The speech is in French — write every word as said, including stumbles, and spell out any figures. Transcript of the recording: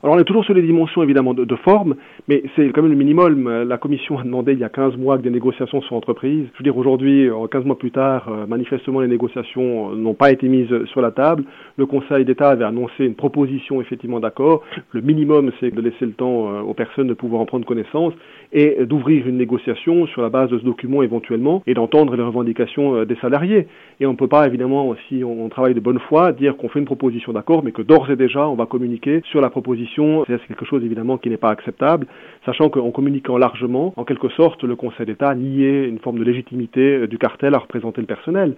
Alors on est toujours sur les dimensions évidemment de, de forme, mais c'est quand même le minimum. La Commission a demandé il y a quinze mois que des négociations soient entreprises. Je veux dire aujourd'hui, quinze mois plus tard, manifestement les négociations n'ont pas été mises sur la table. Le Conseil d'État avait annoncé une proposition effectivement d'accord. Le minimum, c'est de laisser le temps aux personnes de pouvoir en prendre connaissance et d'ouvrir une négociation sur la base de ce document éventuellement et d'entendre les revendications des salariés. Et on ne peut pas évidemment, si on travaille de bonne foi, dire qu'on fait une proposition d'accord, mais que d'ores et déjà on va communiquer sur la proposition. C'est quelque chose évidemment qui n'est pas acceptable, sachant qu'en communiquant largement, en quelque sorte, le Conseil d'État niait une forme de légitimité du cartel à représenter le personnel.